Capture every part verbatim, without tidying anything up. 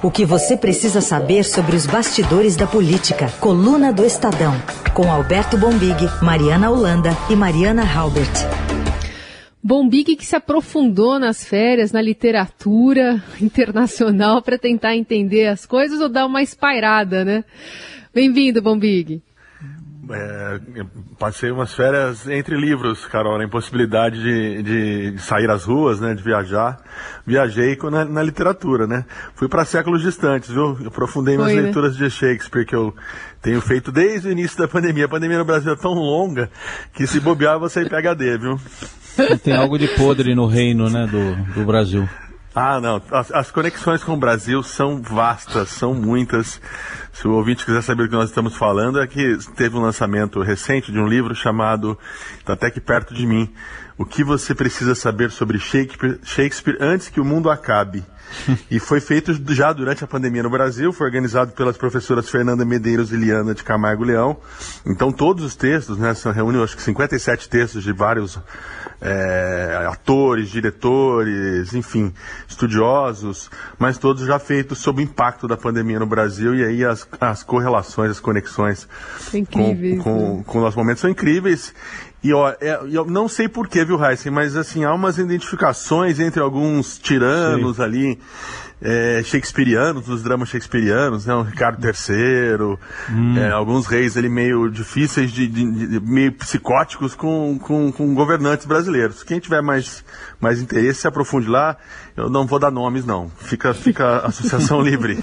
O que você precisa saber sobre os bastidores da política. Coluna do Estadão. Com Alberto Bombig, Mariana Holanda e Mariana Halbert. Bombig que se aprofundou nas férias, na literatura internacional para tentar entender as coisas ou dar uma espairada, né? Bem-vindo, Bombig. É, passei umas férias entre livros, Carol, na impossibilidade de, de sair às ruas, né, de viajar. Viajei na, na literatura, né? Fui para séculos distantes, viu? Aprofundei minhas Foi, leituras né? de Shakespeare, que eu tenho feito desde o início da pandemia. A pandemia no Brasil é tão longa que se bobear você pega P H D, viu? E tem algo de podre no reino, né, do, do Brasil. Ah, não. As, as conexões com o Brasil são vastas, são muitas. Se o ouvinte quiser saber do que nós estamos falando, é que teve um lançamento recente de um livro chamado, está até aqui perto de mim, O que você precisa saber sobre Shakespeare, Shakespeare antes que o mundo acabe. E foi feito já durante a pandemia no Brasil, foi organizado pelas professoras Fernanda Medeiros e Liana de Camargo Leão. Então todos os textos, né, são, reúnem acho que cinquenta e sete textos de vários é, atores, diretores, enfim, estudiosos, mas todos já feitos sob o impacto da pandemia no Brasil, e aí as, as correlações, as conexões com, com, com os momentos são incríveis. E ó, é, eu não sei porquê, viu, Heisen, mas assim, há umas identificações entre alguns tiranos Sim. ali, é, shakespearianos, dos dramas shakespearianos, né, o Ricardo terceiro, hum. é, alguns reis ali meio difíceis, de, de, de, meio psicóticos com, com, com governantes brasileiros. Quem tiver mais, mais interesse, se aprofunde lá. Eu não vou dar nomes, não. Fica, fica a associação livre.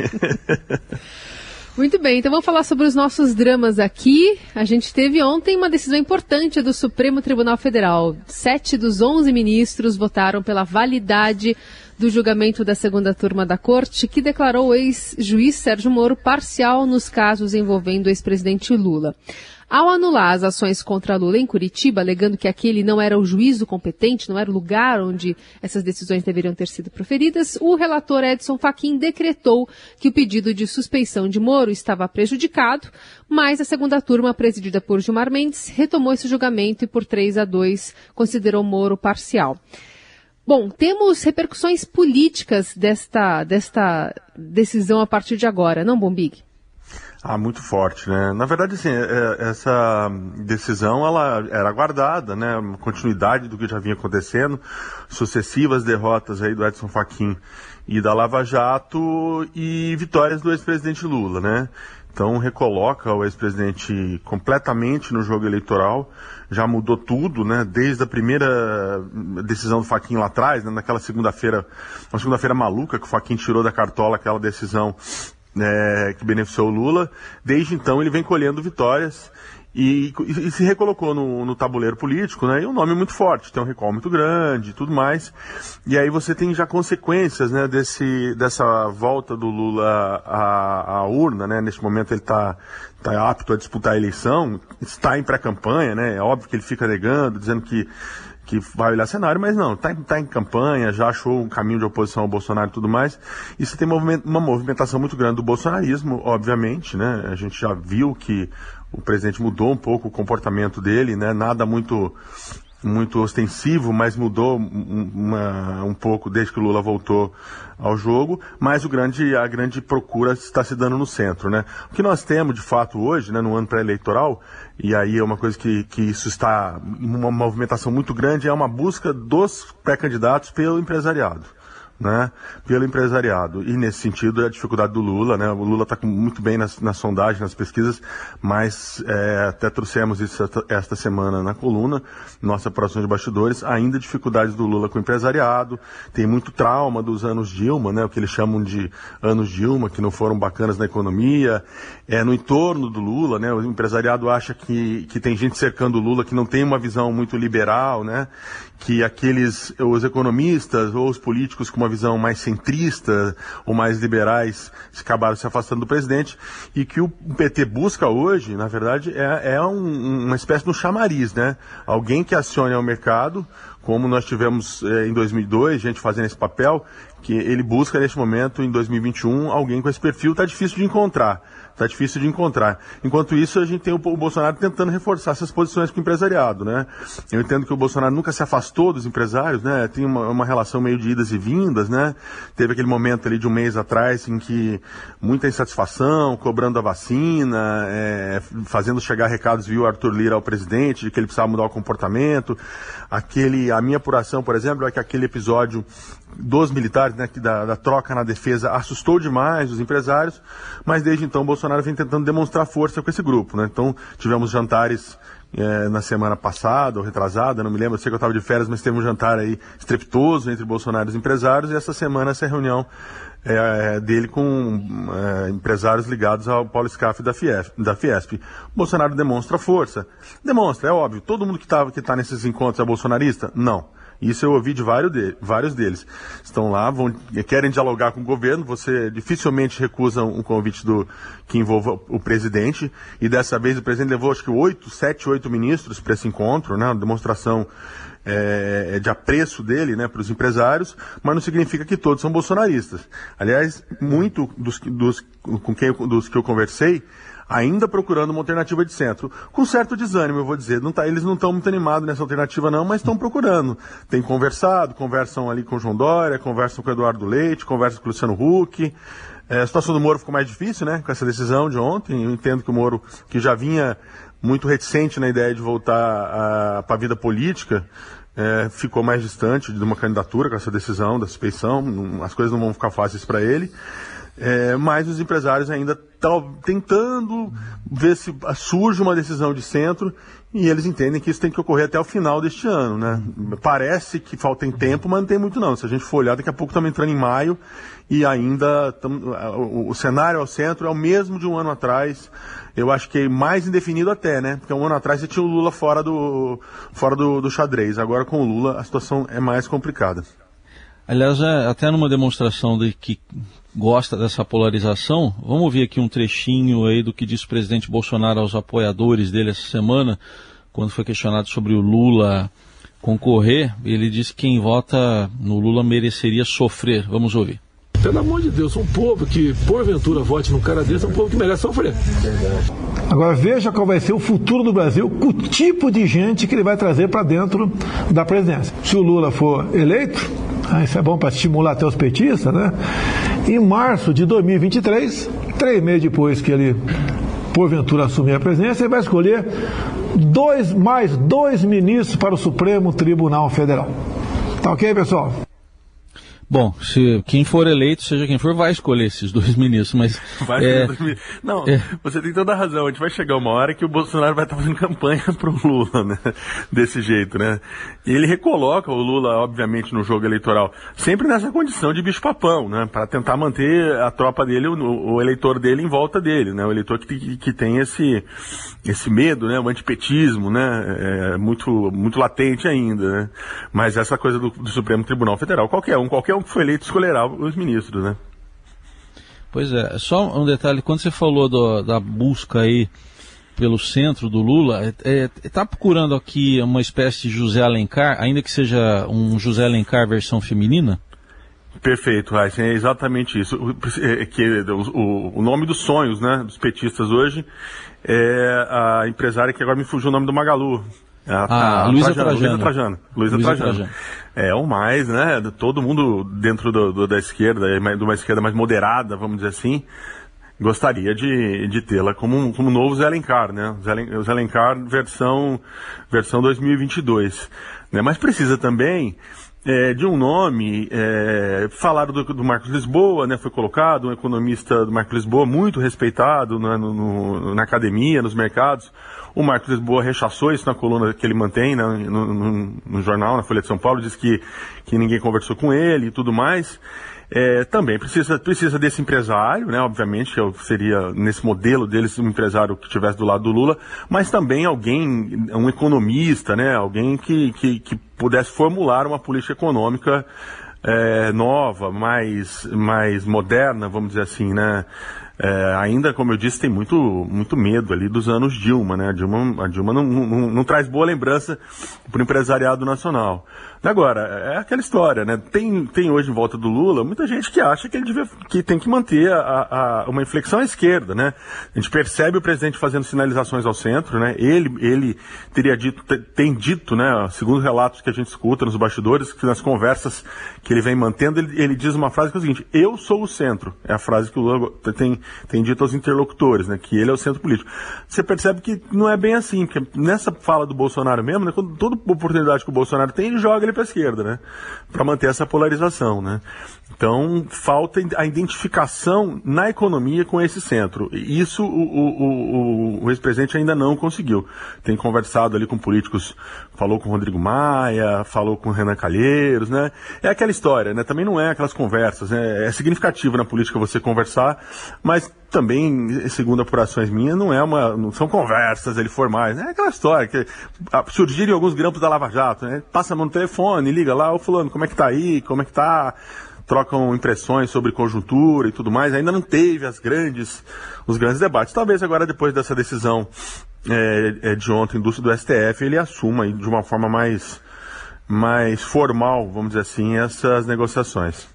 Muito bem, então vamos falar sobre os nossos dramas aqui. A gente teve ontem uma decisão importante do Supremo Tribunal Federal. Sete dos onze ministros votaram pela validade do julgamento da segunda turma da Corte, que declarou o ex-juiz Sérgio Moro parcial nos casos envolvendo o ex-presidente Lula. Ao anular as ações contra Lula em Curitiba, alegando que aquele não era o juízo competente, não era o lugar onde essas decisões deveriam ter sido proferidas, o relator Edson Fachin decretou que o pedido de suspeição de Moro estava prejudicado, mas a segunda turma, presidida por Gilmar Mendes, retomou esse julgamento e por três a dois considerou Moro parcial. Bom, temos repercussões políticas desta, desta decisão a partir de agora, não, Bombig? Ah, muito forte, né? Na verdade, assim, essa decisão, ela era aguardada, né? Uma continuidade do que já vinha acontecendo, sucessivas derrotas aí do Edson Fachin e da Lava Jato e vitórias do ex-presidente Lula, né? Então, recoloca o ex-presidente completamente no jogo eleitoral, já mudou tudo, né? Desde a primeira decisão do Fachin lá atrás, né? Naquela segunda-feira, uma segunda-feira maluca que o Fachin tirou da cartola aquela decisão É, que beneficiou o Lula. Desde então ele vem colhendo vitórias e, e, e se recolocou no, no tabuleiro político, né? E um nome muito forte, tem um recall muito grande e tudo mais. E aí você tem já consequências, né, desse, dessa volta do Lula à, à urna, né? Neste momento ele está tá apto a disputar a eleição, está em pré-campanha, né? É óbvio que ele fica negando, dizendo que que vai olhar cenário, mas não, está tá em campanha, já achou um caminho de oposição ao Bolsonaro e tudo mais. E você tem uma movimentação muito grande do bolsonarismo, obviamente, né? A gente já viu que o presidente mudou um pouco o comportamento dele, né? Nada muito, muito ostensivo, mas mudou uma, um pouco desde que o Lula voltou ao jogo, mas o grande, a grande procura está se dando no centro, né? O que nós temos, de fato, hoje, né, no ano pré-eleitoral, e aí é uma coisa que, que isso está, uma movimentação muito grande, é uma busca dos pré-candidatos pelo empresariado, né? Pelo empresariado. E nesse sentido é a dificuldade do Lula, né? O Lula está muito bem nas, nas sondagens, nas pesquisas, mas é, até trouxemos isso esta, esta semana na coluna, nossa apuração de bastidores, ainda dificuldades do Lula com o empresariado, tem muito trauma dos anos Dilma, né? O que eles chamam de anos Dilma, que não foram bacanas na economia, é, no entorno do Lula, né? O empresariado acha que, que tem gente cercando o Lula que não tem uma visão muito liberal, né? Que aqueles, os economistas ou os políticos com uma visão mais centrista ou mais liberais acabaram se afastando do presidente, e que o P T busca hoje, na verdade, é, é um, uma espécie de um chamariz, né? Alguém que acione ao mercado como nós tivemos eh, em dois mil e dois, gente fazendo esse papel, que ele busca neste momento, em dois mil e vinte e um, alguém com esse perfil. Está difícil de encontrar. Está difícil de encontrar. Enquanto isso, a gente tem o, o Bolsonaro tentando reforçar essas posições com o empresariado, né? Eu entendo que o Bolsonaro nunca se afastou dos empresários, né? Tem uma, uma relação meio de idas e vindas, né? Teve aquele momento ali de um mês atrás em que muita insatisfação, cobrando a vacina, é, fazendo chegar recados via Arthur Lira ao presidente de que ele precisava mudar o comportamento. Aquele, a minha apuração, por exemplo, é que aquele episódio dos militares, né, que da, da troca na defesa, assustou demais os empresários, mas desde então o Bolsonaro vem tentando demonstrar força com esse grupo, né? Então tivemos jantares é, na semana passada ou retrasada, não me lembro, eu sei que eu estava de férias, mas teve um jantar aí estrepitoso entre Bolsonaro e os empresários, e essa semana essa reunião é, dele com é, empresários ligados ao Paulo Scaff da Fiesp, da Fiesp. O Bolsonaro demonstra força, demonstra, é óbvio, todo mundo que está que tá nesses encontros é bolsonarista? Não. Isso eu ouvi de vários, de, vários deles. Estão lá, vão, querem dialogar com o governo, você dificilmente recusa um convite do, que envolva o presidente, e dessa vez o presidente levou acho que oito, sete, oito ministros para esse encontro, né, uma demonstração é, de apreço dele, né, para os empresários, mas não significa que todos são bolsonaristas. Aliás, muito dos, dos, com quem, dos que eu conversei, ainda procurando uma alternativa de centro. Com certo desânimo, eu vou dizer. Não tá, eles não estão muito animados nessa alternativa não, mas estão procurando. Tem conversado, conversam ali com o João Dória, conversam com o Eduardo Leite, conversam com o Luciano Huck. É, a situação do Moro ficou mais difícil, né, com essa decisão de ontem. Eu entendo que o Moro, que já vinha muito reticente na ideia de voltar para a vida política, é, ficou mais distante de uma candidatura com essa decisão da suspeição. Não, as coisas não vão ficar fáceis para ele. É, mas os empresários ainda estão tentando ver se surge uma decisão de centro, e eles entendem que isso tem que ocorrer até o final deste ano, né? Parece que falta tempo, mas não tem muito não. Se a gente for olhar, daqui a pouco estamos entrando em maio e ainda tamo, o, o cenário ao centro é o mesmo de um ano atrás. Eu acho que é mais indefinido até, né? Porque um ano atrás você tinha o Lula fora do, fora do, do xadrez. Agora com o Lula a situação é mais complicada. Aliás, é, até numa demonstração de que gosta dessa polarização, vamos ouvir aqui um trechinho aí do que disse o presidente Bolsonaro aos apoiadores dele essa semana, quando foi questionado sobre o Lula concorrer. Ele disse que quem vota no Lula mereceria sofrer. Vamos ouvir. Pelo amor de Deus, um povo que porventura vote num cara desse é um povo que merece sofrer. Agora veja qual vai ser o futuro do Brasil, o tipo de gente que ele vai trazer para dentro da presidência. Se o Lula for eleito, ah, isso é bom para estimular até os petistas, né? Em março de dois mil e vinte e três, três meses depois que ele porventura assumir a presidência, ele vai escolher dois, mais dois ministros para o Supremo Tribunal Federal. Tá ok, pessoal? Bom, se quem for eleito, seja quem for, vai escolher esses dois ministros, mas... Vai é, dois... Não, é... você tem toda a razão. A gente vai chegar uma hora que o Bolsonaro vai estar fazendo campanha pro Lula, né? Desse jeito, né? E ele recoloca o Lula, obviamente, no jogo eleitoral, sempre nessa condição de bicho-papão, né? Para tentar manter a tropa dele, o, o eleitor dele em volta dele, né? O eleitor que, que tem esse, esse medo, né? O antipetismo, né? É muito, muito latente ainda, né? Mas essa coisa do, do Supremo Tribunal Federal, qualquer um, qualquer um que foi eleito escolherá os ministros, né? Pois é, só um detalhe, quando você falou do, da busca aí pelo centro do Lula, está é, é, procurando aqui uma espécie de José Alencar, ainda que seja um José Alencar versão feminina? Perfeito, Raíssa, é exatamente isso. O, é, que, o, o nome dos sonhos, né, dos petistas hoje é a empresária que agora me fugiu o nome do Magalu. A, ah, a Luísa Trajano, Trajano. Luísa Trajano. Luísa Trajano. Trajano. É o mais, né? Todo mundo dentro do, do, da esquerda, de uma esquerda mais moderada, vamos dizer assim, gostaria de, de tê-la como um como novo Zé Alencar, né? Zé Alencar versão, versão dois mil e vinte e dois. Né? Mas precisa também é, de um nome, é, falaram do, do Marcos Lisboa, né? Foi colocado, um economista do Marcos Lisboa, muito respeitado, né? no, no, na academia, nos mercados. O Marcos Lisboa rechaçou isso na coluna que ele mantém, né, no, no, no jornal, na Folha de São Paulo, disse que, que ninguém conversou com ele e tudo mais. É, também precisa, precisa desse empresário, né, obviamente, que seria, nesse modelo deles, um empresário que estivesse do lado do Lula, mas também alguém, um economista, né, alguém que, que, que pudesse formular uma política econômica é, nova, mais, mais moderna, vamos dizer assim, né. É, ainda, como eu disse, tem muito, muito medo ali dos anos Dilma, né? A Dilma, a Dilma não, não, não traz boa lembrança para o empresariado nacional. Agora, é aquela história, né? Tem, tem hoje em volta do Lula muita gente que acha que ele devia, que tem que manter a, a, uma inflexão à esquerda, né? A gente percebe o presidente fazendo sinalizações ao centro, né? Ele, ele teria dito, tem dito, né? Segundo relatos que a gente escuta nos bastidores, que nas conversas que ele vem mantendo, ele, ele diz uma frase que é o seguinte: eu sou o centro. É a frase que o Lula tem, tem dito aos interlocutores, né? Que ele é o centro político. Você percebe que não é bem assim, porque nessa fala do Bolsonaro mesmo, né? Quando toda oportunidade que o Bolsonaro tem, ele joga ele para a esquerda, né? Para manter essa polarização, né? Então, falta a identificação na economia com esse centro. Isso o, o, o, o ex-presidente ainda não conseguiu. Tem conversado ali com políticos, falou com o Rodrigo Maia, falou com o Renan Calheiros, né? É aquela história, né? Também não é aquelas conversas, né? É significativo na política você conversar, mas também, segundo apurações minhas, não é uma, não são conversas ali formais, né? É aquela história que surgirem alguns grampos da Lava Jato, né? Passa a mão no telefone, liga lá, ô fulano, como é que tá aí, como é que tá? Trocam impressões sobre conjuntura e tudo mais. Ainda não teve as grandes, os grandes debates. Talvez agora, depois dessa decisão é, de ontem do, do S T F, ele assuma de uma forma mais, mais formal, vamos dizer assim, essas negociações.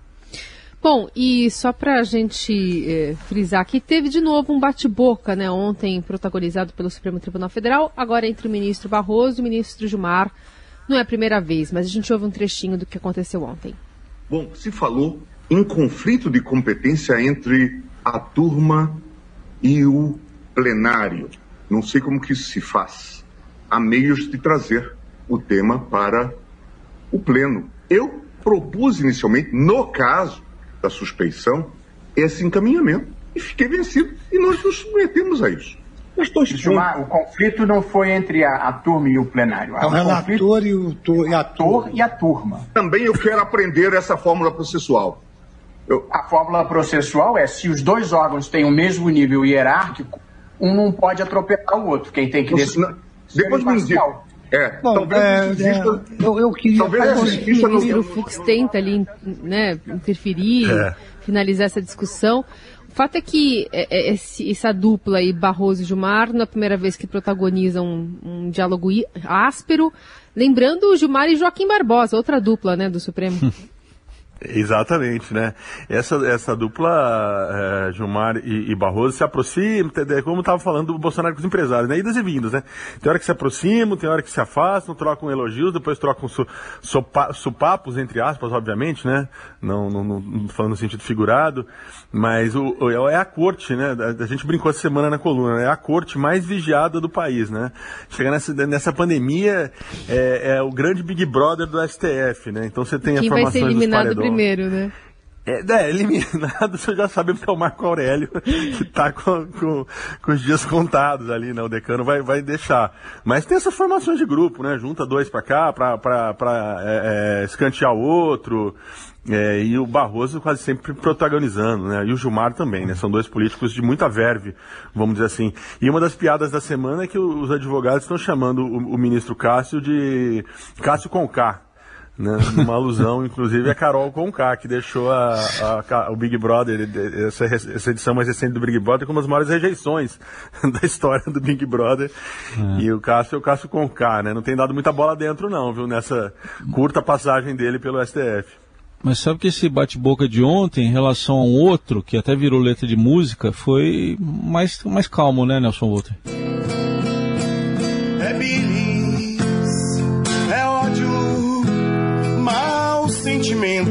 Bom, e só para a gente eh, frisar aqui, teve de novo um bate-boca, né, ontem protagonizado pelo Supremo Tribunal Federal, agora entre o ministro Barroso e o ministro Gilmar. Não é a primeira vez, mas a gente ouve um trechinho do que aconteceu ontem. Bom, se falou em conflito de competência entre a turma e o plenário. Não sei como que isso se faz. Há meios de trazer o tema para o pleno. Eu propus inicialmente, no caso da suspeição, esse encaminhamento e fiquei vencido e nós nos submetemos a isso. Mas estou Gilmar, o conflito não foi entre a, a turma e o plenário. É o relator e, o tu, e a turma. e a turma. Também eu quero aprender essa fórmula processual. Eu... A fórmula processual é: se os dois órgãos têm o mesmo nível hierárquico, um não pode atropelar o outro. Quem tem que decidir. Não, depois me diga. É, Bom, talvez é, exista, é, eu, eu queria... Talvez exista o ministro Fux tenta ali, né, interferir, é. finalizar essa discussão. O fato é que esse, essa dupla aí, Barroso e Gilmar, na primeira vez que protagonizam um, um diálogo áspero, lembrando o Gilmar e Joaquim Barbosa, outra dupla, né, do Supremo. Exatamente, né? Essa, essa dupla, é, Gilmar e, e Barroso, se aproximam, como estava falando do Bolsonaro com os empresários, né? Idas e vindas, né? Tem hora que se aproximam, tem hora que se afastam, trocam elogios, depois trocam su, sopa, supapos, entre aspas, obviamente, né? Não, não, não falando no sentido figurado, mas o, o, é a corte, né? A, a gente brincou essa semana na coluna, é a corte mais vigiada do país, né? Chegar nessa, nessa pandemia, é, é o grande Big Brother do S T F, né? Então você tem Quem a formação vai ser eliminado primeiro, né? É, é, eliminado, você já sabe que é o Marco Aurélio, que está com, com, com os dias contados ali, né? O decano vai, vai deixar. Mas tem essas formações de grupo, né? Junta dois para cá, para é, é, escantear o outro. É, e o Barroso quase sempre protagonizando, né? E o Gilmar também, né? São dois políticos de muita verve, vamos dizer assim. E uma das piadas da semana é que os advogados estão chamando o, o ministro Cássio de Cássio com K. Né, uma alusão, inclusive, a Carol Conká, que deixou a, a, o Big Brother, essa, essa edição mais recente do Big Brother, com uma das maiores rejeições da história do Big Brother. É. E o Cássio é o Cássio Conká, né? Não tem dado muita bola dentro, não, viu? Nessa curta passagem dele pelo S T F. Mas sabe que esse bate-boca de ontem, em relação a um outro, que até virou letra de música, foi mais, mais calmo, né, Nelson Volter? É bilis, é ódio, mau sentimento,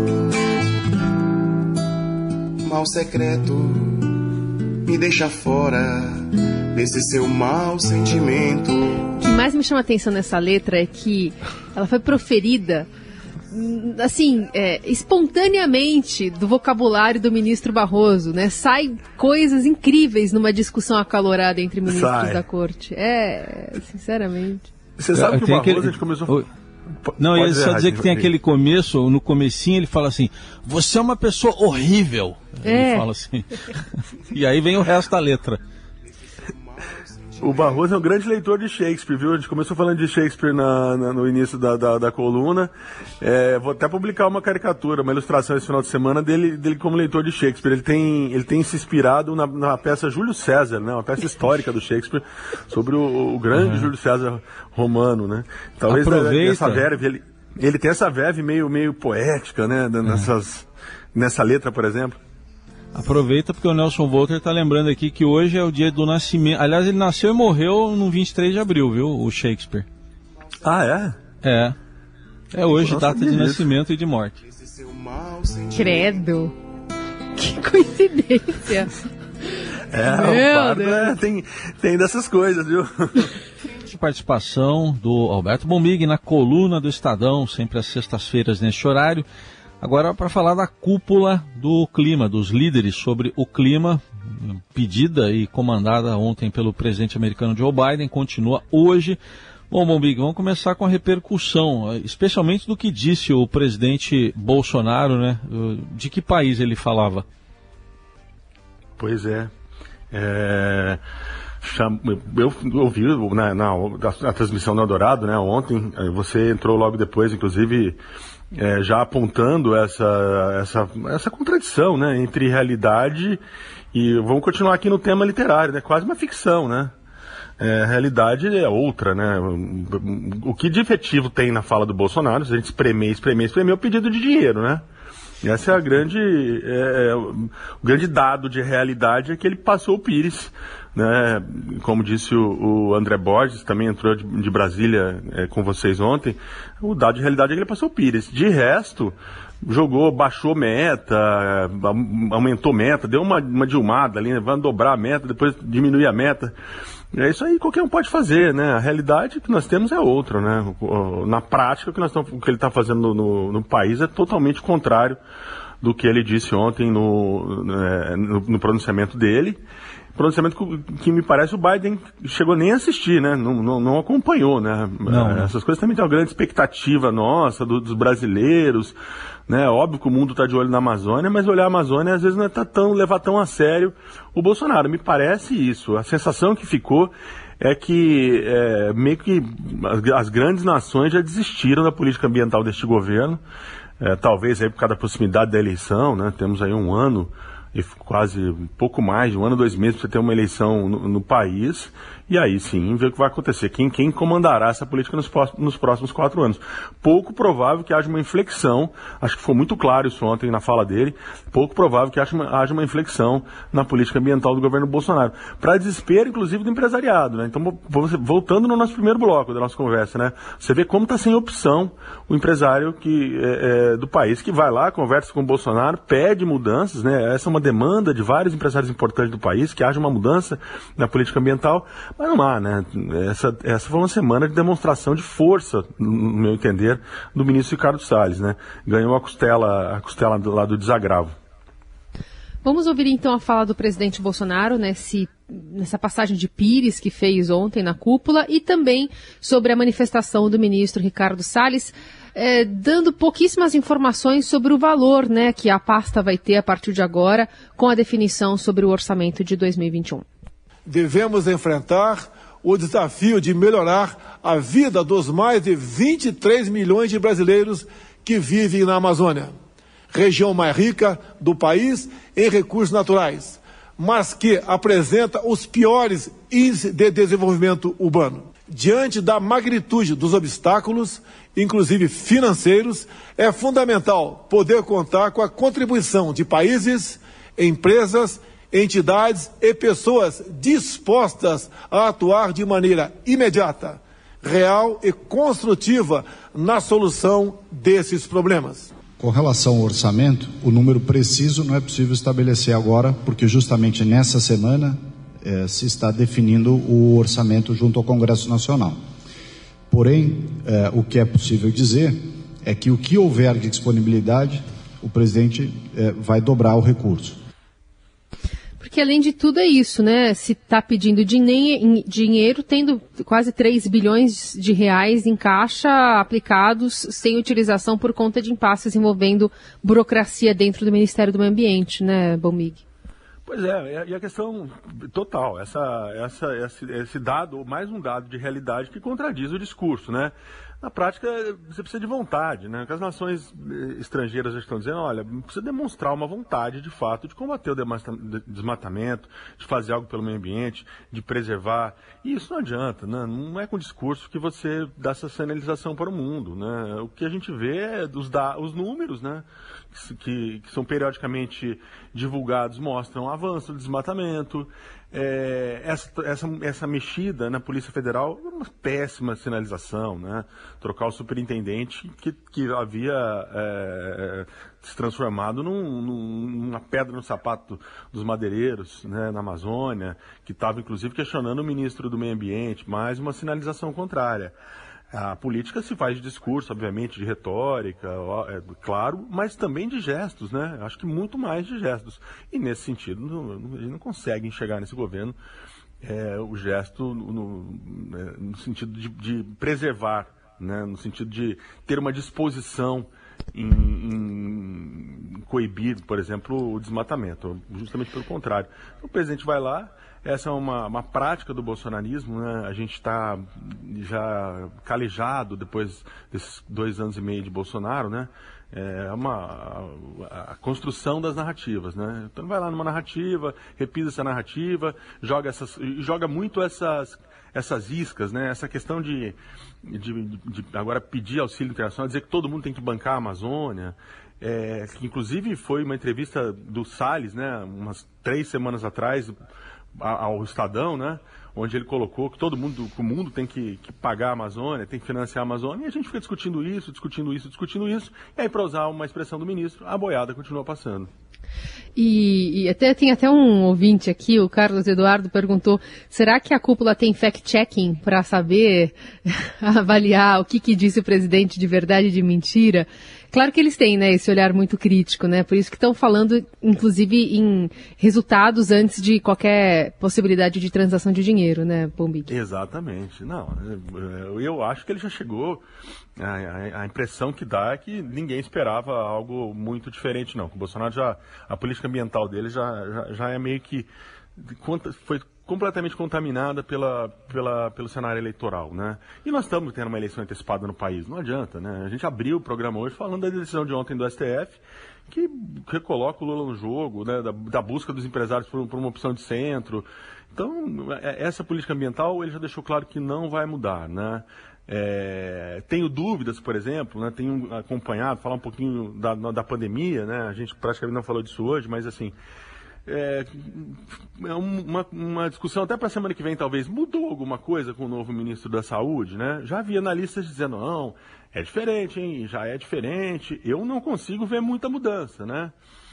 mal secreto, me deixa fora desse seu mau sentimento. O que mais me chama a atenção nessa letra é que ela foi proferida assim, é, espontaneamente do vocabulário do ministro Barroso, né? Sai coisas incríveis numa discussão acalorada entre ministros Sai. da corte. É, sinceramente. Você sabe que o Barroso aquele... a gente começou... Não, eu ia só dizer que tem aquele começo, no comecinho ele fala assim: você é uma pessoa horrível. É. Ele fala assim. E aí vem o resto da letra. O Barroso é um grande leitor de Shakespeare, viu? A gente começou falando de Shakespeare na, na, no início da, da, da coluna. É, vou até publicar uma caricatura, uma ilustração esse final de semana dele, dele como leitor de Shakespeare. Ele tem, ele tem se inspirado na, na peça Júlio César, né? Uma peça histórica do Shakespeare sobre o, o grande uhum. Júlio César romano, né? Talvez Aproveita. essa verve, ele, ele tem essa verve meio, meio poética, né? Nessas, uhum. Nessa letra, por exemplo. Aproveita porque o Nelson Volter está lembrando aqui que hoje é o dia do nascimento. Aliás, ele nasceu e morreu no vinte e três de abril, viu, o Shakespeare. Ah, é? É. É hoje, Nossa, data de isso. nascimento e de morte. Credo. Que coincidência. É, Meu o Pardo é, tem, tem dessas coisas, viu? Participação do Alberto Bombig na coluna do Estadão, sempre às sextas-feiras neste horário. Agora para falar da cúpula do clima, dos líderes sobre o clima, pedida e comandada ontem pelo presidente americano Joe Biden, continua hoje. Bom, Bombig, vamos começar com a repercussão, especialmente do que disse o presidente Bolsonaro, né? De que país ele falava? Pois é. é... Eu ouvi na, na, na transmissão do Eldorado, né, ontem, você entrou logo depois, inclusive, é, já apontando essa, essa, essa contradição, né, entre realidade e, vamos continuar aqui no tema literário, né, quase uma ficção, né, é, a realidade é outra, né, o que de efetivo tem na fala do Bolsonaro, se a gente espremer, espremer, espremer, é o pedido de dinheiro, né. E essa é a grande, é, o grande dado de realidade, é que ele passou o Pires, né? Como disse o, o André Borges, também entrou de, de Brasília é, com vocês ontem, o dado de realidade é que ele passou o Pires. De resto, jogou, baixou meta, aumentou meta, deu uma, uma dilmada ali, né? Vai dobrar a meta, depois diminuir a meta. É isso aí, qualquer um pode fazer, né? A realidade que nós temos é outra, né? Na prática, o que, nós tamo, o que ele está fazendo no, no, no país é totalmente contrário do que ele disse ontem no, no, no pronunciamento dele. Pronunciamento que, que me parece o Biden chegou nem a assistir, né? Não, não, não acompanhou, né? Não, é, essas coisas também tem uma grande expectativa nossa, do, dos brasileiros, né? Óbvio que o mundo está de olho na Amazônia, mas olhar a Amazônia às vezes não é tá tão, levar tão a sério o Bolsonaro. Me parece isso. A sensação que ficou é que é, meio que as, as grandes nações já desistiram da política ambiental deste governo. É, talvez aí por causa da proximidade da eleição, né? Temos aí um ano e quase um pouco mais de um ano, dois meses para você ter uma eleição no, no país, e aí sim ver o que vai acontecer, quem, quem comandará essa política nos, nos próximos quatro anos. Pouco provável que haja uma inflexão, acho que foi muito claro isso ontem na fala dele, pouco provável que haja uma, haja uma inflexão na política ambiental do governo Bolsonaro, para desespero inclusive do empresariado, né? Então, voltando no nosso primeiro bloco da nossa conversa, né? Você vê como está sem opção o empresário que, é, é, do país, que vai lá, conversa com o Bolsonaro, pede mudanças, né? Essa é uma demanda de vários empresários importantes do país, que haja uma mudança na política ambiental, mas não há, né? Essa, essa foi uma semana de demonstração de força, no meu entender, do ministro Ricardo Salles, né? Ganhou a costela, a costela do, lá do desagravo. Vamos ouvir então a fala do presidente Bolsonaro nesse, nessa passagem de Pires que fez ontem na cúpula e também sobre a manifestação do ministro Ricardo Salles, eh, dando pouquíssimas informações sobre o valor, né, que a pasta vai ter a partir de agora com a definição sobre o orçamento de dois mil e vinte e um. Devemos enfrentar o desafio de melhorar a vida dos mais de vinte e três milhões de brasileiros que vivem na Amazônia, região mais rica do país em recursos naturais, mas que apresenta os piores índices de desenvolvimento urbano. Diante da magnitude dos obstáculos, inclusive financeiros, é fundamental poder contar com a contribuição de países, empresas, entidades e pessoas dispostas a atuar de maneira imediata, real e construtiva na solução desses problemas. Com relação ao orçamento, o número preciso não é possível estabelecer agora, porque justamente nessa semana eh, se está definindo o orçamento junto ao Congresso Nacional. Porém, eh, o que é possível dizer é que o que houver de disponibilidade, o presidente eh, vai dobrar o recurso. Porque, além de tudo, é isso, né? Se está pedindo dinheiro, tendo quase três bilhões de reais em caixa aplicados sem utilização por conta de impasses envolvendo burocracia dentro do Ministério do Meio Ambiente, né, Bombig? Pois é, e a questão total, essa, essa, esse, esse dado, mais um dado de realidade que contradiz o discurso, né? Na prática, você precisa de vontade, né? Porque as nações estrangeiras já estão dizendo, olha, precisa demonstrar uma vontade, de fato, de combater o desmatamento, de fazer algo pelo meio ambiente, de preservar. E isso não adianta, né? Não é com discurso que você dá essa sinalização para o mundo, né? O que a gente vê é os, da, os números, né? Que, que são periodicamente divulgados, mostram avanço do desmatamento. É, essa, essa, essa mexida na Polícia Federal é uma péssima sinalização, né? Trocar o superintendente que, que havia é, se transformado num, numa pedra no sapato dos madeireiros, né, na Amazônia, que estava inclusive questionando o ministro do Meio Ambiente, mais uma sinalização contrária. A política se faz de discurso, obviamente, de retórica, é, claro, mas também de gestos, né? Acho que muito mais de gestos. E nesse sentido, não, a gente não consegue enxergar nesse governo é, o gesto no, no, no sentido de, de preservar, né? No sentido de ter uma disposição em, em coibir, por exemplo, o desmatamento. Justamente pelo contrário. O presidente vai lá. Essa é uma, uma prática do bolsonarismo, né? A gente está já calejado depois desses dois anos e meio de Bolsonaro, né? É uma, a, a construção das narrativas, né? Então vai lá numa narrativa, repisa essa narrativa, joga, essas, joga muito essas, essas iscas, né? Essa questão de, de, de agora pedir auxílio internacional, dizer que todo mundo tem que bancar a Amazônia. É, que inclusive foi uma entrevista do Salles, né? Umas três semanas atrás, ao Estadão, né, onde ele colocou que todo mundo, que o mundo tem que, que pagar a Amazônia, tem que financiar a Amazônia, e a gente fica discutindo isso, discutindo isso, discutindo isso, e aí, para usar uma expressão do ministro, a boiada continua passando. E, e até tem até um ouvinte aqui, o Carlos Eduardo, perguntou, será que a cúpula tem fact-checking para saber avaliar o que, que disse o presidente de verdade e de mentira? Claro que eles têm, né, esse olhar muito crítico, né, por isso que estão falando, inclusive, em resultados antes de qualquer possibilidade de transação de dinheiro, né, Bombig? Exatamente. Não, eu acho que ele já chegou, a, a, a impressão que dá é que ninguém esperava algo muito diferente, não. O Bolsonaro já, a política ambiental dele já, já, já é meio que, foi completamente contaminada pela, pela, pelo cenário eleitoral, né? E nós estamos tendo uma eleição antecipada no país, não adianta, né? A gente abriu o programa hoje falando da decisão de ontem do S T F, que recoloca o Lula no jogo, né? Da, da busca dos empresários por, por uma opção de centro. Então, essa política ambiental, ele já deixou claro que não vai mudar, né? É, tenho dúvidas, por exemplo, né? Tenho acompanhado, falar um pouquinho da, da pandemia, né? A gente praticamente não falou disso hoje, mas assim... É, é uma, uma discussão até para a semana que vem, talvez, mudou alguma coisa com o novo ministro da Saúde, né? Já havia analistas dizendo, não, é diferente, hein? Já é diferente. Eu não consigo ver muita mudança, né?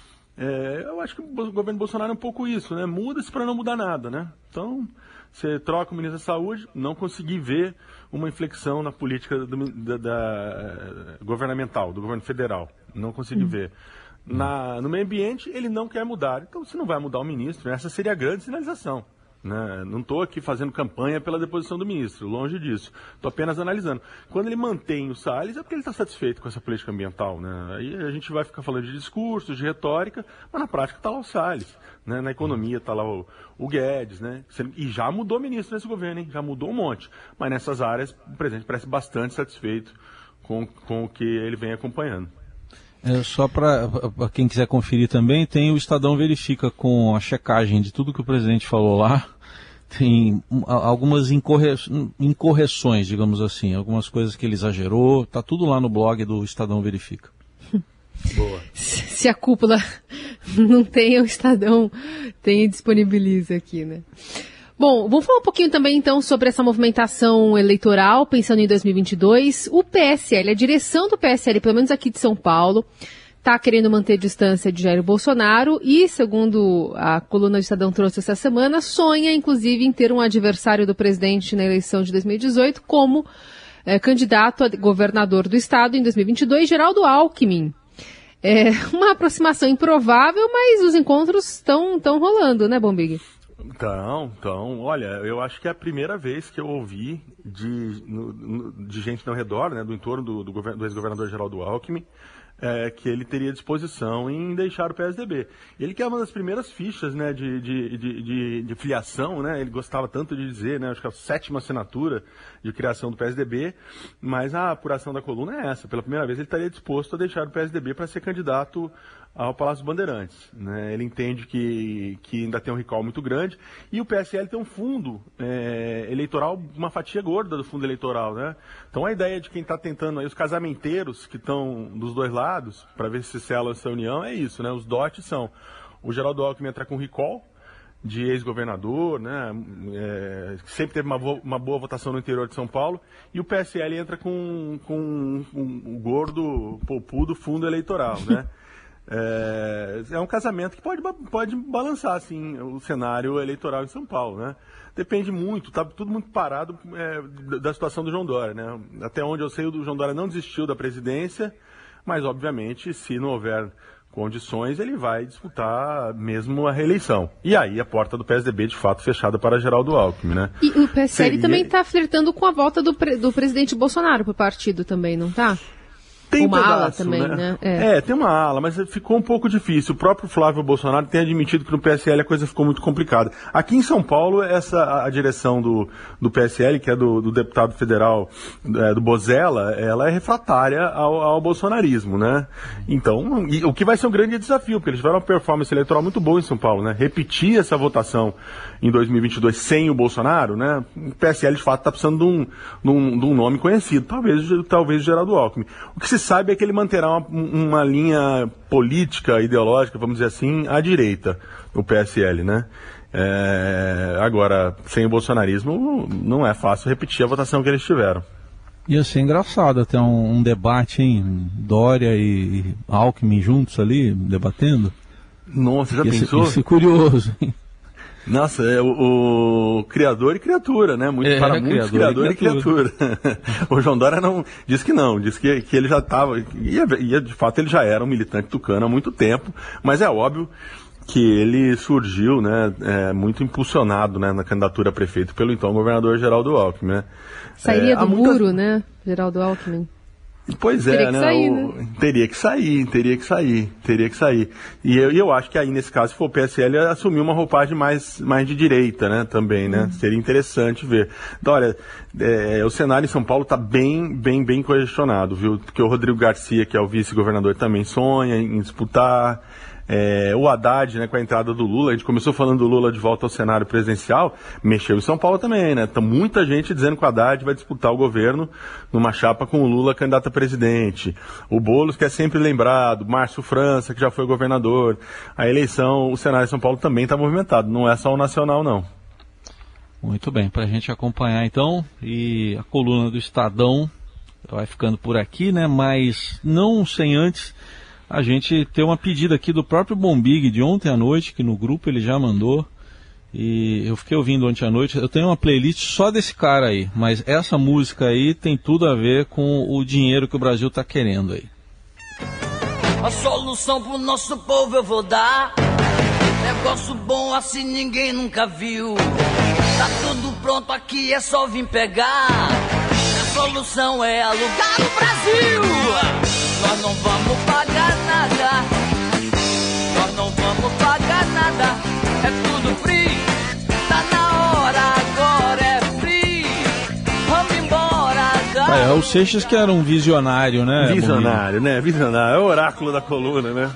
É, eu acho que o governo Bolsonaro é um pouco isso, né? Muda-se para não mudar nada, né? Então, você troca o ministro da Saúde, não consegui ver uma inflexão na política do, da, da, governamental, do governo federal. Não consegui hum. ver. Na, no meio ambiente, ele não quer mudar. Então, se não vai mudar o ministro, essa seria a grande sinalização, né? Não estou aqui fazendo campanha pela deposição do ministro, longe disso. Estou apenas analisando. Quando ele mantém o Salles, é porque ele está satisfeito com essa política ambiental, né? Aí a gente vai ficar falando de discursos, de retórica, mas na prática está lá o Salles, né? Na economia está lá o, o Guedes, né? E já mudou ministro nesse governo, hein? Já mudou um monte. Mas nessas áreas, o presidente parece bastante satisfeito com, com o que ele vem acompanhando. É, só para quem quiser conferir também, tem o Estadão Verifica com a checagem de tudo que o presidente falou lá. Tem algumas incorre... incorreções, digamos assim, algumas coisas que ele exagerou. Tá tudo lá no blog do Estadão Verifica. Boa. Se a cúpula não tem, o Estadão tem e disponibiliza aqui, né? Bom, vamos falar um pouquinho também, então, sobre essa movimentação eleitoral, pensando em dois mil e vinte e dois. O P S L, a direção do P S L, pelo menos aqui de São Paulo, está querendo manter distância de Jair Bolsonaro e, segundo a coluna do Estadão trouxe essa semana, sonha, inclusive, em ter um adversário do presidente na eleição de dois mil e dezoito como é, candidato a governador do estado em dois mil e vinte e dois, Geraldo Alckmin. É uma aproximação improvável, mas os encontros estão rolando, né, Bombig? Então, então, olha, eu acho que é a primeira vez que eu ouvi de, no, no, de gente ao redor, né, do entorno do, do, do ex-governador Geraldo Alckmin, É, que ele teria disposição em deixar o P S D B. Ele que é uma das primeiras fichas, né, de, de, de, de, de filiação, né, ele gostava tanto de dizer, né, acho que é a sétima assinatura de criação do P S D B, mas a apuração da coluna é essa. Pela primeira vez ele estaria disposto a deixar o P S D B para ser candidato ao Palácio Bandeirantes, né? Ele entende que, que ainda tem um recall muito grande e o P S L tem um fundo é, eleitoral, uma fatia gorda do fundo eleitoral, né? Então a ideia de quem está tentando aí, os casamenteiros que estão dos dois lados, para ver se sela essa união, é isso, né? Os dotes são o Geraldo Alckmin entra com recall de ex-governador, né? É, sempre teve uma, vo uma boa votação no interior de São Paulo, e o P S L entra com, com um, um, um gordo, poupudo fundo eleitoral, né? É, é um casamento que pode, pode balançar assim, o cenário eleitoral em São Paulo, né? Depende muito, está tudo muito parado é, da situação do João Dória, né? Até onde eu sei, o João Dória não desistiu da presidência, mas obviamente se não houver condições ele vai disputar mesmo a reeleição. E aí a porta do P S D B de fato fechada para Geraldo Alckmin, né? E o P S L Seria... também está flertando com a volta do, pre do presidente Bolsonaro para o partido também, não está? Tem uma pedaço, ala também, né? né? É. é, tem uma ala, mas ficou um pouco difícil. O próprio Flávio Bolsonaro tem admitido que no P S L a coisa ficou muito complicada. Aqui em São Paulo, essa a direção do, do P S L, que é do, do deputado federal é, do Bozella, ela é refratária ao, ao bolsonarismo, né? Então, e, o que vai ser um grande desafio, porque eles tiveram uma performance eleitoral muito boa em São Paulo, né? Repetir essa votação em dois mil e vinte e dois sem o Bolsonaro, né? O P S L, de fato, está precisando de um, de, um, de um nome conhecido, talvez, talvez Geraldo Alckmin. O que se sabe é que ele manterá uma, uma linha política, ideológica, vamos dizer assim, à direita, o P S L, né? É, agora, sem o bolsonarismo, não é fácil repetir a votação que eles tiveram. Ia ser engraçado até um, um debate, hein? Dória e Alckmin juntos ali, debatendo. Nossa, já ia pensou? Ser, ia ser curioso, hein? Nossa, é o, o criador e criatura, né? Muito, é, para muitos, criador e criatura. E criatura. O João Dória não, diz que não, diz que, que ele já estava, e, e de fato ele já era um militante tucano há muito tempo, mas é óbvio que ele surgiu, né, é, muito impulsionado, né, na candidatura a prefeito pelo então governador Geraldo Alckmin, né? Sairia é, do muita... muro, né, Geraldo Alckmin? Pois teria é, que né? Sair, o... né? Teria que sair, teria que sair, teria que sair. E eu, eu acho que aí, nesse caso, se for o P S L, assumir uma roupagem mais, mais de direita, né? Também, né? Uhum. Seria interessante ver. Então, olha, é, o cenário em São Paulo está bem, bem, bem congestionado, viu? Porque o Rodrigo Garcia, que é o vice-governador, também sonha em disputar. É, o Haddad, né, com a entrada do Lula, a gente começou falando do Lula de volta ao cenário presidencial, mexeu em São Paulo também, né? Tá muita gente dizendo que o Haddad vai disputar o governo numa chapa com o Lula candidato a presidente. O Boulos, que é sempre lembrado, Márcio França, que já foi governador. A eleição, o cenário de São Paulo também está movimentado, não é só o nacional, não. Muito bem, para a gente acompanhar então, e a coluna do Estadão vai ficando por aqui, né? Mas não sem antes a gente ter uma pedida aqui do próprio Bombig de ontem à noite, que no grupo ele já mandou, e eu fiquei ouvindo ontem à noite. Eu tenho uma playlist só desse cara aí, mas essa música aí tem tudo a ver com o dinheiro que o Brasil está querendo aí. A solução pro nosso povo eu vou dar, negócio bom assim ninguém nunca viu. Tá tudo pronto aqui, é só vir pegar. A solução é alugar o Brasil. Nós não vamos pagar nada, nós não vamos pagar nada, é tudo free, tá na hora, agora é free, vamos embora. Ah, é o Seixas que era um visionário, né? Visionário, né? Visionário, é o oráculo da coluna, né?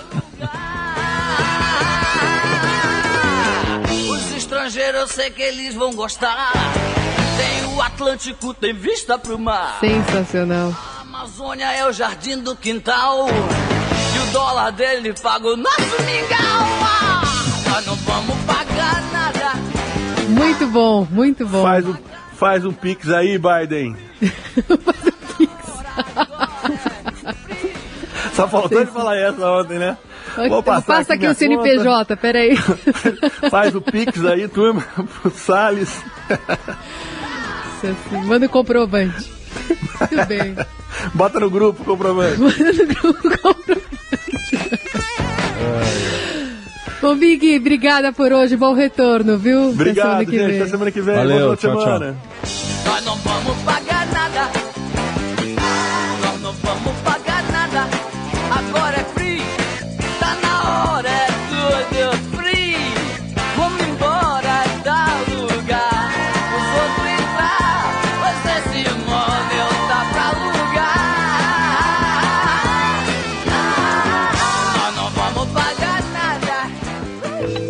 Os estrangeiros eu sei que eles vão gostar, tem o Atlântico, tem vista pro mar. Sensacional. A Amazônia é o jardim do quintal, e o dólar dele paga o nosso mingau. Ah, nós não vamos pagar nada. Muito bom, muito bom. Faz um, faz um pix aí, Biden. Faz um pix. Só faltou ele falar essa ontem, né? Vou passar Passa aqui, aqui o C N P J, conta. Peraí. Faz o pix aí, turma, pro Salles. Manda o comprovante. Muito bem. Bota no grupo o comprovante. Bota no grupo o comprovante. Bom, Big, obrigada por hoje. Bom retorno, viu? Obrigado, gente. vem. Até semana que vem. Valeu, boa tchau, semana. Tchau. Nós não vamos pagar nada. Nós não vamos pagar nada.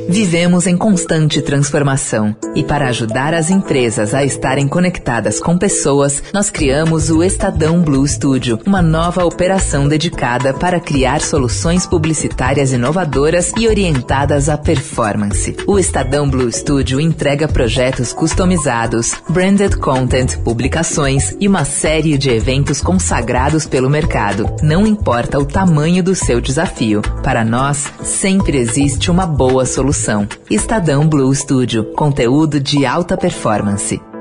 Vivemos em constante transformação e para ajudar as empresas a estarem conectadas com pessoas, nós criamos o Estadão Blue Studio, uma nova operação dedicada para criar soluções publicitárias inovadoras e orientadas à performance. O Estadão Blue Studio entrega projetos customizados, branded content, publicações e uma série de eventos consagrados pelo mercado. Não importa o tamanho do seu desafio, para nós sempre existe uma boa solução. Estadão Blue Studio, conteúdo de alta performance.